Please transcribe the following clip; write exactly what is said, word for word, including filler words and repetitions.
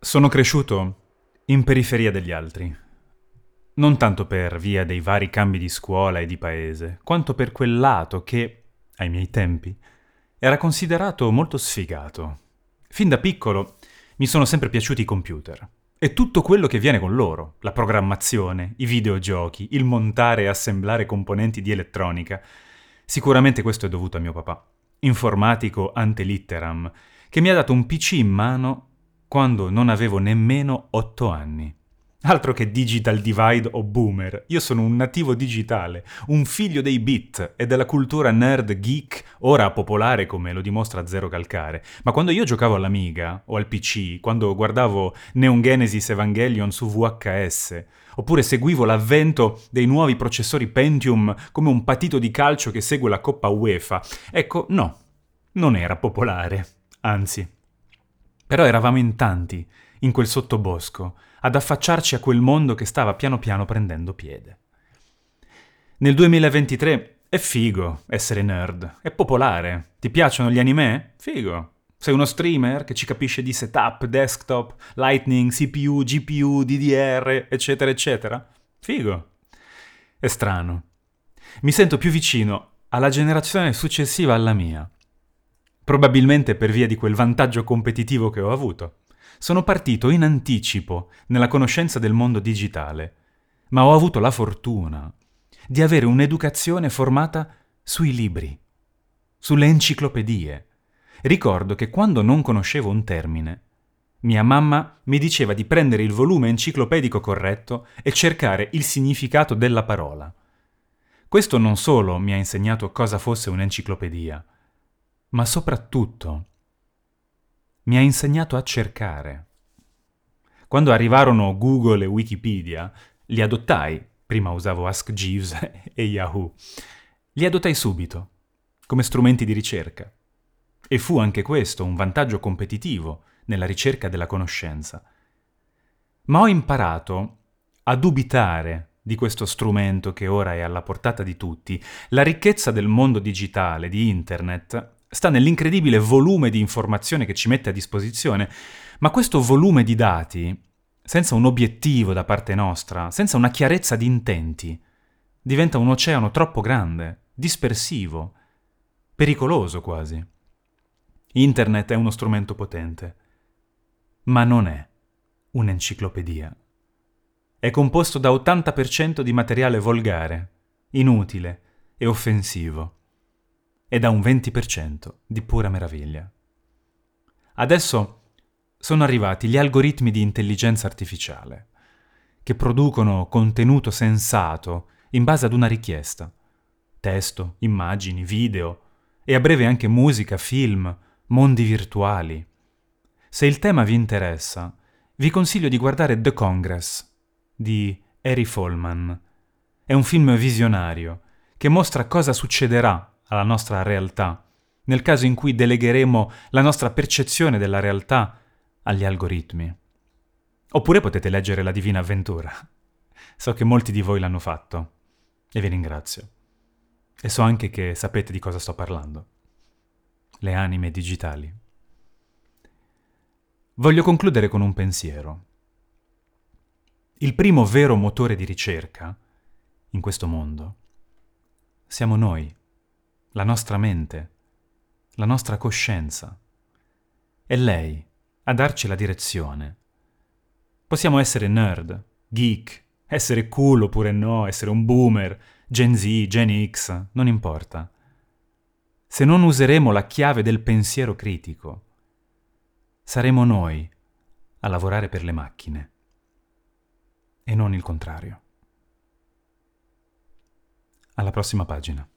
Sono cresciuto in periferia degli altri, non tanto per via dei vari cambi di scuola e di paese, quanto per quel lato che, ai miei tempi, era considerato molto sfigato. Fin da piccolo mi sono sempre piaciuti i computer e tutto quello che viene con loro, la programmazione, i videogiochi, il montare e assemblare componenti di elettronica. Sicuramente questo è dovuto a mio papà, informatico ante litteram, che mi ha dato un P C in mano quando non avevo nemmeno otto anni. Altro che digital divide o boomer, io sono un nativo digitale, un figlio dei bit e della cultura nerd geek, ora popolare come lo dimostra Zero Calcare. Ma quando io giocavo all'Amiga o al P C, quando guardavo Neon Genesis Evangelion su V H S, oppure seguivo l'avvento dei nuovi processori Pentium come un patito di calcio che segue la Coppa UEFA, ecco, no, non era popolare, anzi. Però eravamo in tanti, in quel sottobosco, ad affacciarci a quel mondo che stava piano piano prendendo piede. Nel duemilaventitré è figo essere nerd, è popolare. Ti piacciono gli anime? Figo. Sei uno streamer che ci capisce di setup, desktop, lightning, C P U, G P U, D D R, eccetera, eccetera? Figo. È strano. Mi sento più vicino alla generazione successiva alla mia. Probabilmente per via di quel vantaggio competitivo che ho avuto. Sono partito in anticipo nella conoscenza del mondo digitale, ma ho avuto la fortuna di avere un'educazione formata sui libri, sulle enciclopedie. Ricordo che quando non conoscevo un termine, mia mamma mi diceva di prendere il volume enciclopedico corretto e cercare il significato della parola. Questo non solo mi ha insegnato cosa fosse un'enciclopedia, ma soprattutto mi ha insegnato a cercare. Quando arrivarono Google e Wikipedia, li adottai. Prima usavo Ask Jeeves e Yahoo. Li adottai subito, come strumenti di ricerca. E fu anche questo un vantaggio competitivo nella ricerca della conoscenza. Ma ho imparato a dubitare di questo strumento che ora è alla portata di tutti. La ricchezza del mondo digitale, di Internet, sta nell'incredibile volume di informazione che ci mette a disposizione, ma questo volume di dati, senza un obiettivo da parte nostra, senza una chiarezza di intenti, diventa un oceano troppo grande, dispersivo, pericoloso quasi. Internet è uno strumento potente, ma non è un'enciclopedia. È composto da ottanta per cento di materiale volgare, inutile e offensivo, e da un venti per cento di pura meraviglia. Adesso sono arrivati gli algoritmi di intelligenza artificiale, che producono contenuto sensato in base ad una richiesta. Testo, immagini, video e a breve anche musica, film, mondi virtuali. Se il tema vi interessa, vi consiglio di guardare The Congress di Harry Folman. È un film visionario che mostra cosa succederà alla nostra realtà nel caso in cui delegheremo la nostra percezione della realtà agli algoritmi. Oppure potete leggere La Divina Avventura. So che molti di voi l'hanno fatto e vi ringrazio. E so anche che sapete di cosa sto parlando. Le anime digitali. Voglio concludere con un pensiero. Il primo vero motore di ricerca in questo mondo siamo noi, la nostra mente, la nostra coscienza. È lei a darci la direzione. Possiamo essere nerd, geek, essere cool oppure no, essere un boomer, Gen Z, Gen X, non importa. Se non useremo la chiave del pensiero critico, saremo noi a lavorare per le macchine e non il contrario. Alla prossima pagina.